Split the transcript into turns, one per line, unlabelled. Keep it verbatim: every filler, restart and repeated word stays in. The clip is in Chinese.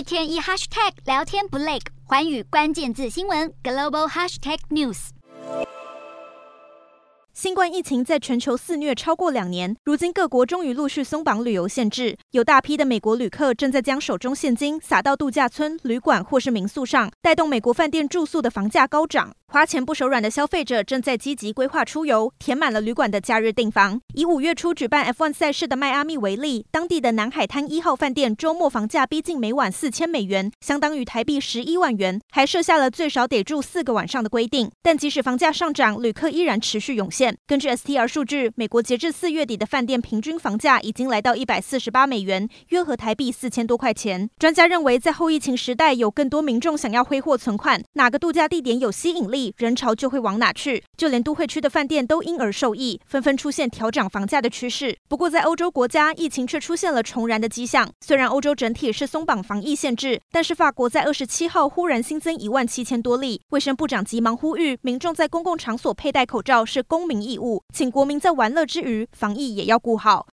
天一 hashtag 聊天不累，寰宇关键字新闻 global hashtag news。
新冠疫情在全球肆虐超过两年，如今各国终于陆续松绑旅游限制，有大批的美国旅客正在将手中现金撒到度假村、旅馆或是民宿上，带动美国饭店住宿的房价高涨。花钱不手软的消费者正在积极规划出游，填满了旅馆的假日订房。以五月初举办 F 一 赛事的迈阿密为例，当地的南海滩一号饭店周末房价逼近每晚四千美元，相当于台币十一万元，还设下了最少得住四个晚上的规定。但即使房价上涨，旅客依然持续涌现。根据 S T R 数据，美国截至四月底的饭店平均房价已经来到一百四十八美元，约合台币四千多块钱。专家认为，在后疫情时代，有更多民众想要挥霍存款，哪个度假地点有吸引力，人潮就会往哪去。就连都会区的饭店都因而受益，纷纷出现调涨房价的趋势。不过，在欧洲国家，疫情却出现了重燃的迹象。虽然欧洲整体是松绑防疫限制，但是法国在二十七号忽然新增一万七千多例。卫生部长急忙呼吁民众在公共场所佩戴口罩是公民义务，请国民在玩乐之余，防疫也要顾好。